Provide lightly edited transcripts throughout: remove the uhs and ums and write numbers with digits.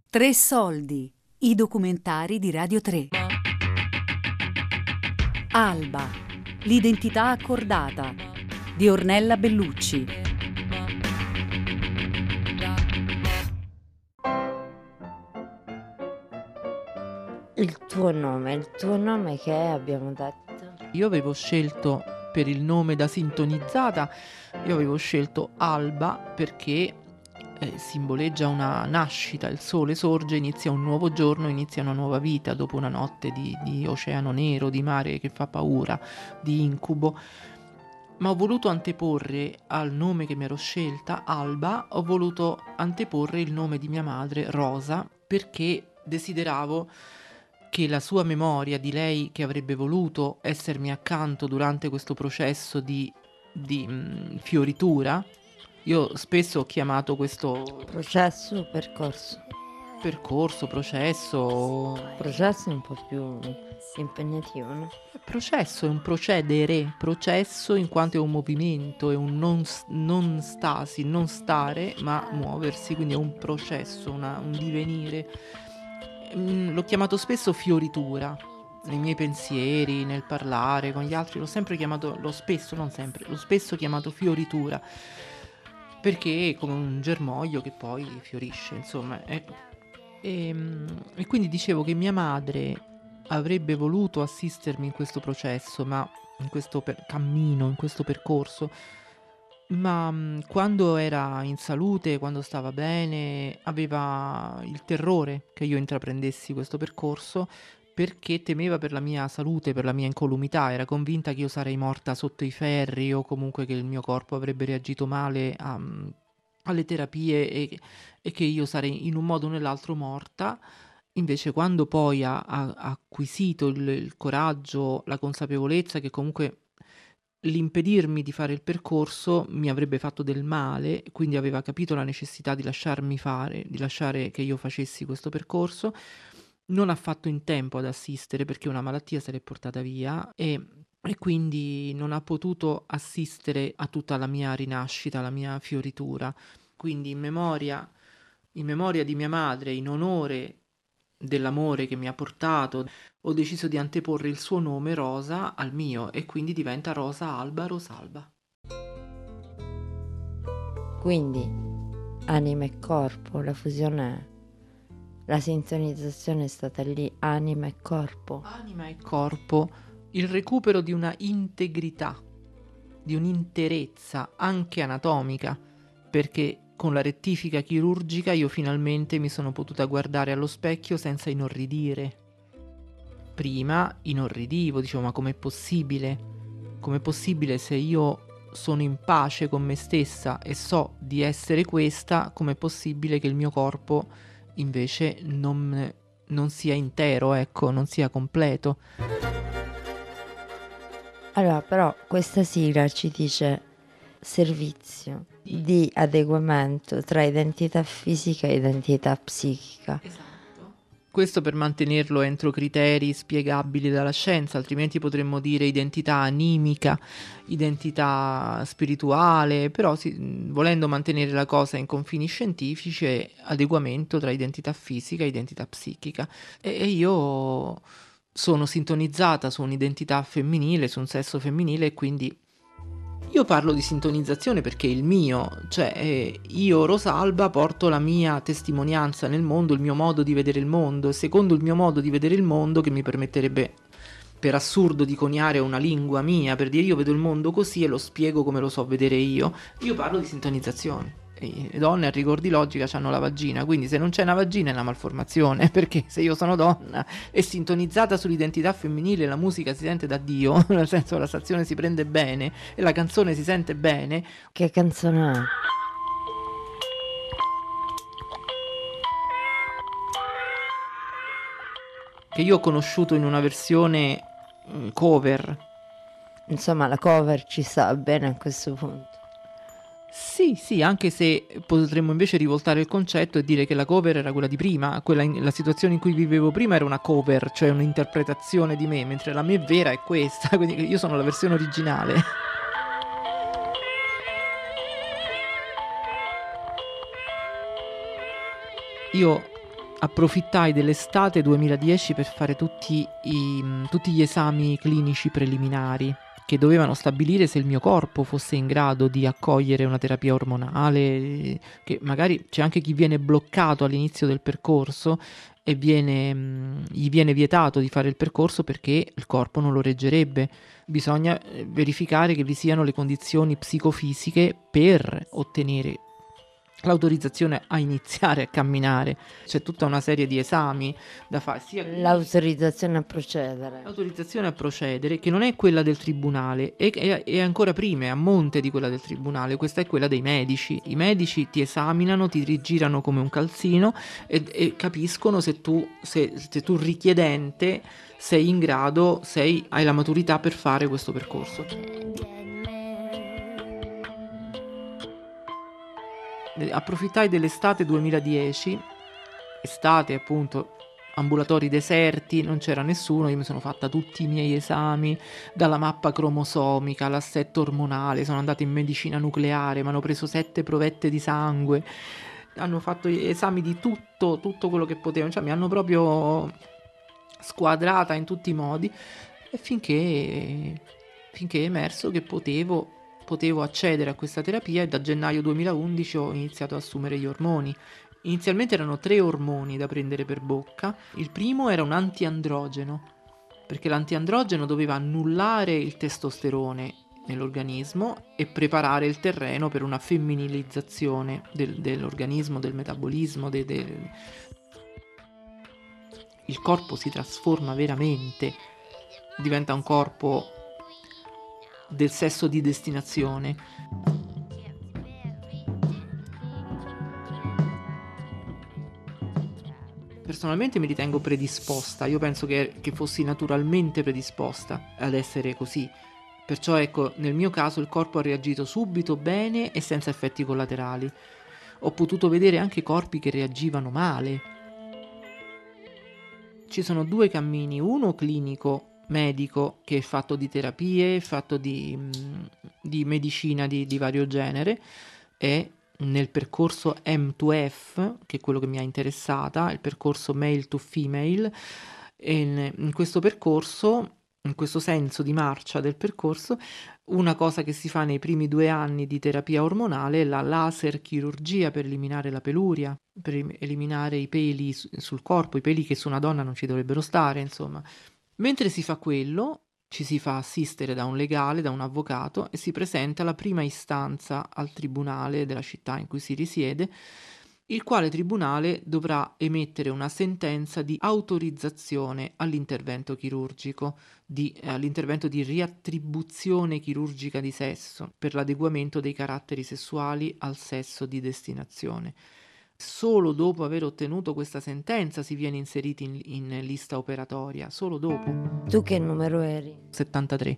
Tre soldi, i documentari di Radio 3. Alba, l'identità accordata di Ornella Bellucci. Il tuo nome che abbiamo detto? Io avevo scelto per il nome da sintonizzata, io avevo scelto Alba perché simboleggia una nascita, il sole sorge, inizia un nuovo giorno, inizia una nuova vita dopo una notte di oceano nero, di mare che fa paura, di incubo. Ma ho voluto anteporre al nome che mi ero scelta, Alba, ho voluto anteporre il nome di mia madre, Rosa, perché desideravo che la sua memoria di lei che avrebbe voluto essermi accanto durante questo processo di fioritura. Io spesso ho chiamato questo Processo o percorso? percorso, processo. Processo è un po' più impegnativo, no? Processo è un procedere, processo in quanto è un movimento, è un non stasi, non stare, ma muoversi, quindi è un processo, un divenire. L'ho chiamato spesso fioritura, nei miei pensieri, nel parlare con gli altri, l'ho sempre chiamato, l'ho spesso chiamato fioritura, perché è come un germoglio che poi fiorisce, insomma. E quindi dicevo che mia madre avrebbe voluto assistermi in questo processo, ma in questo cammino, in questo percorso, ma quando era in salute, quando stava bene, aveva il terrore che io intraprendessi questo percorso perché temeva per la mia salute, per la mia incolumità, era convinta che io sarei morta sotto i ferri o comunque che il mio corpo avrebbe reagito male alle terapie e che io sarei in un modo o nell'altro morta. Invece quando poi ha acquisito il coraggio, la consapevolezza che comunque l'impedirmi di fare il percorso mi avrebbe fatto del male, quindi aveva capito la necessità di lasciarmi fare, di lasciare che io facessi questo percorso, non ha fatto in tempo ad assistere perché una malattia se l'è portata via e quindi non ha potuto assistere a tutta la mia rinascita, la mia fioritura. Quindi in memoria di mia madre, in onore dell'amore che mi ha portato, ho deciso di anteporre il suo nome Rosa al mio e quindi diventa Rosa Alba Rosalba. Quindi anima e corpo, la fusione, la sintonizzazione è stata lì, anima e corpo. Anima e corpo, il recupero di una integrità, di un'interezza anche anatomica, perché con la rettifica chirurgica io finalmente mi sono potuta guardare allo specchio senza inorridire. Prima inorridivo, dicevo, ma com'è possibile? Com'è possibile se io sono in pace con me stessa e so di essere questa, com'è possibile che il mio corpo invece non sia intero, ecco, non sia completo? Allora, però questa sigla ci dice servizio di adeguamento tra identità fisica e identità psichica. Esatto. Questo per mantenerlo entro criteri spiegabili dalla scienza, altrimenti potremmo dire identità animica, identità spirituale, però volendo mantenere la cosa in confini scientifici è adeguamento tra identità fisica e identità psichica. E io sono sintonizzata su un'identità femminile, su un sesso femminile e quindi io parlo di sintonizzazione perché è il mio, cioè io Rosalba porto la mia testimonianza nel mondo, il mio modo di vedere il mondo, e secondo il mio modo di vedere il mondo che mi permetterebbe per assurdo di coniare una lingua mia, per dire io vedo il mondo così e lo spiego come lo so vedere io parlo di sintonizzazione. E le donne a rigor di logica hanno la vagina, quindi se non c'è una vagina è una malformazione, perché se io sono donna e sintonizzata sull'identità femminile la musica si sente da Dio, nel senso la stazione si prende bene e la canzone si sente bene. Che canzone è? Che io ho conosciuto in una versione cover. Insomma, la cover ci sta bene a questo punto. Sì, anche se potremmo invece rivoltare il concetto e dire che la cover era quella di prima, la situazione in cui vivevo prima era una cover, cioè un'interpretazione di me, mentre la me vera è questa, quindi io sono la versione originale. Io approfittai dell'estate 2010 per fare tutti gli esami clinici preliminari che dovevano stabilire se il mio corpo fosse in grado di accogliere una terapia ormonale, che magari c'è anche chi viene bloccato all'inizio del percorso e gli viene vietato di fare il percorso perché il corpo non lo reggerebbe. Bisogna verificare che vi siano le condizioni psicofisiche per ottenere l'autorizzazione a iniziare a camminare. C'è tutta una serie di esami da fare, sia L'autorizzazione a procedere. l'autorizzazione a procedere, che non è quella del tribunale, è ancora prima, è a monte di quella del tribunale. Questa è quella dei medici. I medici ti esaminano, ti rigirano come un calzino e capiscono se tu richiedente sei in grado, hai la maturità per fare questo percorso. Approfittai dell'estate 2010, estate appunto, ambulatori deserti, non c'era nessuno, io mi sono fatta tutti i miei esami, dalla mappa cromosomica all'assetto ormonale, sono andata in medicina nucleare, mi hanno preso 7 provette di sangue, hanno fatto esami di tutto quello che potevano, cioè mi hanno proprio squadrata in tutti i modi, e finché è emerso che potevo accedere a questa terapia, e da gennaio 2011 ho iniziato ad assumere gli ormoni. Inizialmente erano 3 ormoni da prendere per bocca. Il primo era un antiandrogeno, perché l'antiandrogeno doveva annullare il testosterone nell'organismo e preparare il terreno per una femminilizzazione dell'organismo, del metabolismo. Il corpo si trasforma veramente, diventa un corpo del sesso di destinazione. Personalmente mi ritengo predisposta, io penso che fossi naturalmente predisposta ad essere così. Perciò ecco, nel mio caso il corpo ha reagito subito bene e senza effetti collaterali. Ho potuto vedere anche corpi che reagivano male. Ci sono 2 cammini, uno clinico, medico, che è fatto di terapie, fatto di medicina di vario genere, e nel percorso M2F, che è quello che mi ha interessata, il percorso male to female, e in questo percorso, in questo senso di marcia del percorso, una cosa che si fa nei primi 2 anni di terapia ormonale è la laser chirurgia per eliminare la peluria, per eliminare i peli sul corpo, i peli che su una donna non ci dovrebbero stare, insomma. Mentre si fa quello, ci si fa assistere da un legale, da un avvocato, e si presenta la prima istanza al tribunale della città in cui si risiede, il quale tribunale dovrà emettere una sentenza di autorizzazione all'intervento chirurgico, all'intervento di riattribuzione chirurgica di sesso, per l'adeguamento dei caratteri sessuali al sesso di destinazione. Solo dopo aver ottenuto questa sentenza si viene inseriti in lista operatoria, solo dopo. Tu che numero eri? 73.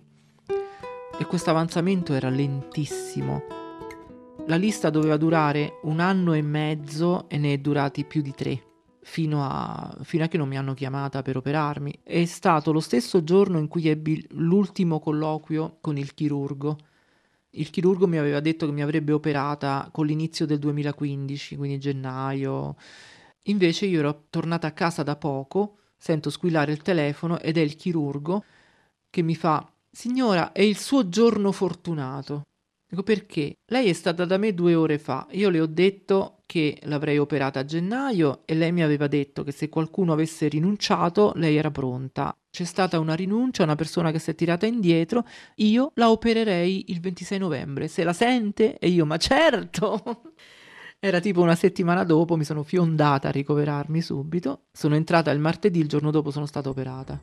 E questo avanzamento era lentissimo. La lista doveva durare 1 anno e mezzo e ne è durati più di 3, fino a che non mi hanno chiamata per operarmi. È stato lo stesso giorno in cui ebbi l'ultimo colloquio con il chirurgo. Il chirurgo mi aveva detto che mi avrebbe operata con l'inizio del 2015, quindi gennaio. Invece io ero tornata a casa da poco, sento squillare il telefono ed è il chirurgo che mi fa: «Signora, è il suo giorno fortunato». Dico: «Perché?» «Lei è stata da me 2 ore fa, io le ho detto che l'avrei operata a gennaio e lei mi aveva detto che se qualcuno avesse rinunciato lei era pronta. C'è stata una rinuncia, una persona che si è tirata indietro, io la opererei il 26 novembre, se la sente?» E io: «Ma certo!» Era tipo una settimana dopo, mi sono fiondata a ricoverarmi subito, sono entrata il martedì, il giorno dopo sono stata operata.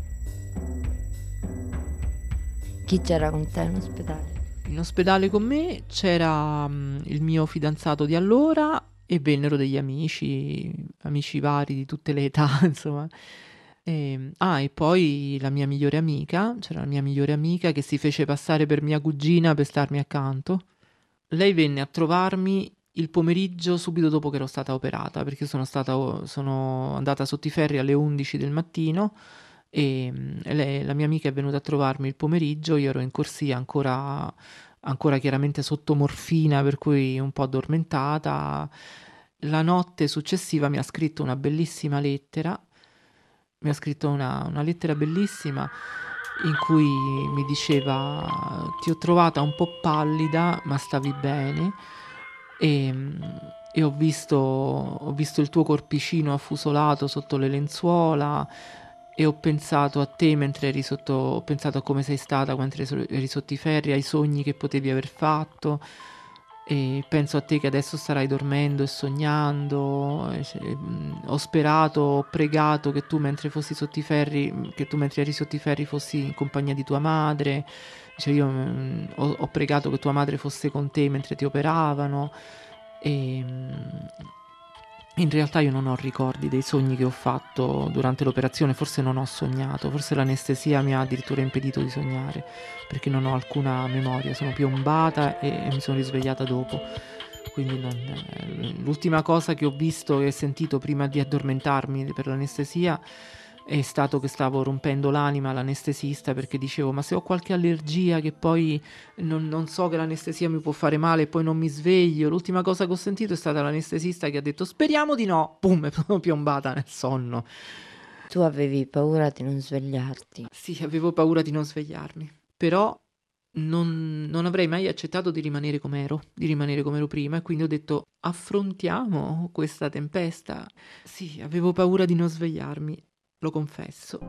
Chi c'era con te in ospedale? In ospedale con me c'era il mio fidanzato di allora e vennero degli amici vari di tutte le età, insomma. E poi la mia migliore amica, c'era la mia migliore amica che si fece passare per mia cugina per starmi accanto. Lei venne a trovarmi il pomeriggio subito dopo che ero stata operata, perché sono andata sotto i ferri alle 11 del mattino e la mia amica è venuta a trovarmi il pomeriggio, io ero in corsia ancora chiaramente sotto morfina, per cui un po' addormentata, La notte successiva mi ha scritto una bellissima lettera, mi ha scritto una lettera bellissima in cui mi diceva: ti ho trovata un po' pallida, ma stavi bene, e, e ho visto il tuo corpicino affusolato sotto le lenzuola, e ho pensato a te mentre eri sotto, ho pensato a come sei stata mentre eri sotto i ferri, ai sogni che potevi aver fatto, e penso a te che adesso starai dormendo e sognando. Ho sperato, ho pregato che tu mentre fossi sotto i ferri, che tu mentre eri sotto i ferri fossi in compagnia di tua madre. Cioè io ho pregato che tua madre fosse con te mentre ti operavano, e in realtà io non ho ricordi dei sogni che ho fatto durante l'operazione, forse non ho sognato, forse l'anestesia mi ha addirittura impedito di sognare, perché non ho alcuna memoria, sono piombata e mi sono risvegliata dopo. Quindi l'ultima cosa che ho visto e sentito prima di addormentarmi per l'anestesia è stato che stavo rompendo l'anima all'anestesista, perché dicevo: ma se ho qualche allergia che poi non so che l'anestesia mi può fare male e poi non mi sveglio. L'ultima cosa che ho sentito è stata l'anestesista che ha detto: speriamo di no. Pum, e sono piombata nel sonno. Tu avevi paura di non svegliarti. Sì, avevo paura di non svegliarmi, però non avrei mai accettato di rimanere come ero prima, e quindi ho detto: affrontiamo questa tempesta. Sì, avevo paura di non svegliarmi, lo confesso.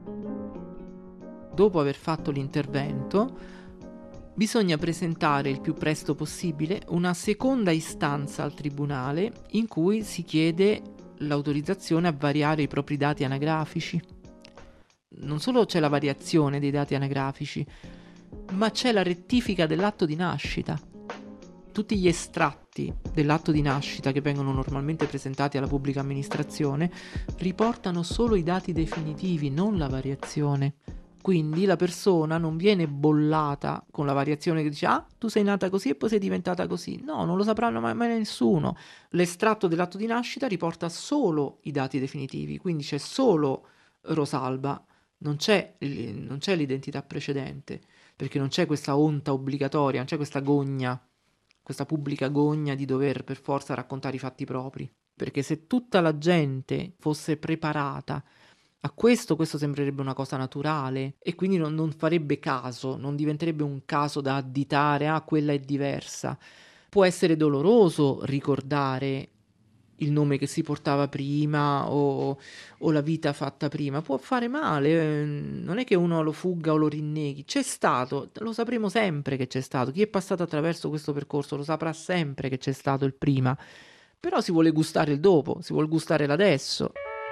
Dopo aver fatto l'intervento, bisogna presentare il più presto possibile una seconda istanza al tribunale in cui si chiede l'autorizzazione a variare i propri dati anagrafici. Non solo c'è la variazione dei dati anagrafici, ma c'è la rettifica dell'atto di nascita. Tutti gli estratti dell'atto di nascita che vengono normalmente presentati alla pubblica amministrazione riportano solo i dati definitivi, non la variazione. Quindi la persona non viene bollata con la variazione che dice: ah, tu sei nata così e poi sei diventata così. No, non lo sapranno mai nessuno. L'estratto dell'atto di nascita riporta solo i dati definitivi, quindi c'è solo Rosalba, non c'è l'identità precedente, perché non c'è questa onta obbligatoria, non c'è questa gogna, questa pubblica gogna di dover per forza raccontare i fatti propri. Perché se tutta la gente fosse preparata a questo sembrerebbe una cosa naturale, e quindi non farebbe caso, non diventerebbe un caso da additare: ah, quella è diversa. Può essere doloroso ricordare il nome che si portava prima o la vita fatta prima, può fare male, non è che uno lo fugga o lo rinneghi, c'è stato, lo sapremo sempre che c'è stato, chi è passato attraverso questo percorso lo saprà sempre che c'è stato il prima, però si vuole gustare il dopo, si vuole gustare l'adesso.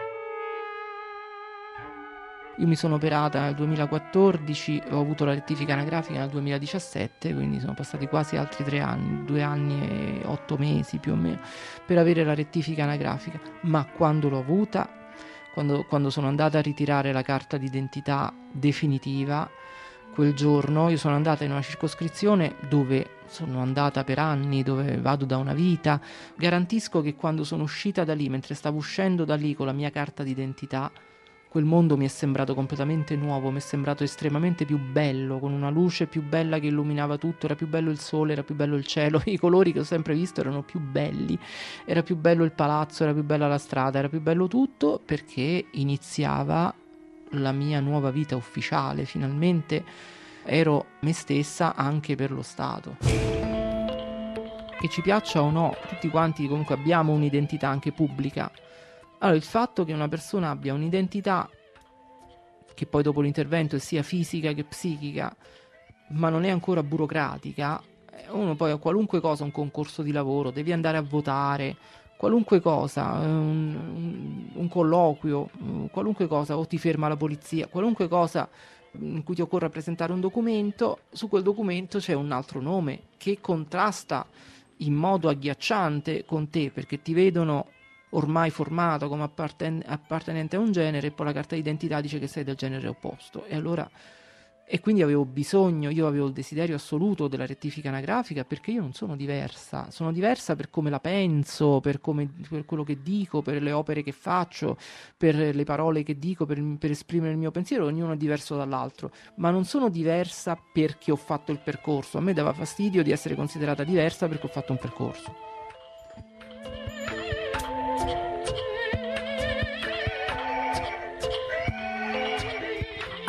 Io mi sono operata nel 2014, ho avuto la rettifica anagrafica nel 2017, quindi sono passati quasi altri 3 anni, 2 anni e 8 mesi più o meno, per avere la rettifica anagrafica. Ma quando l'ho avuta, quando sono andata a ritirare la carta d'identità definitiva, quel giorno io sono andata in una circoscrizione dove sono andata per anni, dove vado da una vita. Garantisco che quando sono uscita da lì, mentre stavo uscendo da lì con la mia carta d'identità, quel mondo mi è sembrato completamente nuovo, mi è sembrato estremamente più bello, con una luce più bella che illuminava tutto, era più bello il sole, era più bello il cielo, i colori che ho sempre visto erano più belli, era più bello il palazzo, era più bella la strada, era più bello tutto, perché iniziava la mia nuova vita ufficiale, finalmente ero me stessa anche per lo Stato. Che ci piaccia o no, tutti quanti comunque abbiamo un'identità anche pubblica. Allora, il fatto che una persona abbia un'identità che poi dopo l'intervento è sia fisica che psichica, ma non è ancora burocratica, uno poi a qualunque cosa, un concorso di lavoro, devi andare a votare, qualunque cosa, un colloquio, qualunque cosa, o ti ferma la polizia, qualunque cosa in cui ti occorra presentare un documento, su quel documento c'è un altro nome che contrasta in modo agghiacciante con te, perché ti vedono ormai formato come appartenente a un genere, e poi la carta d'identità dice che sei del genere opposto. E quindi io avevo il desiderio assoluto della rettifica anagrafica, perché io non sono diversa, sono diversa per come la penso, per quello che dico, per le opere che faccio, per le parole che dico, per esprimere il mio pensiero, ognuno è diverso dall'altro, ma non sono diversa perché ho fatto il percorso. A me dava fastidio di essere considerata diversa perché ho fatto un percorso.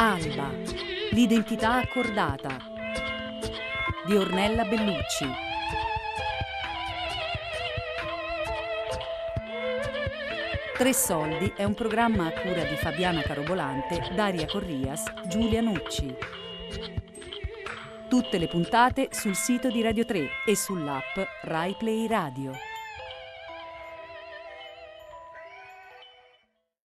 Alba, l'identità accordata di Ornella Bellucci. Tre Soldi è un programma a cura di Fabiana Carobolante, Daria Corrias, Giulia Nucci. Tutte le puntate sul sito di Radio 3 e sull'app Rai Play Radio.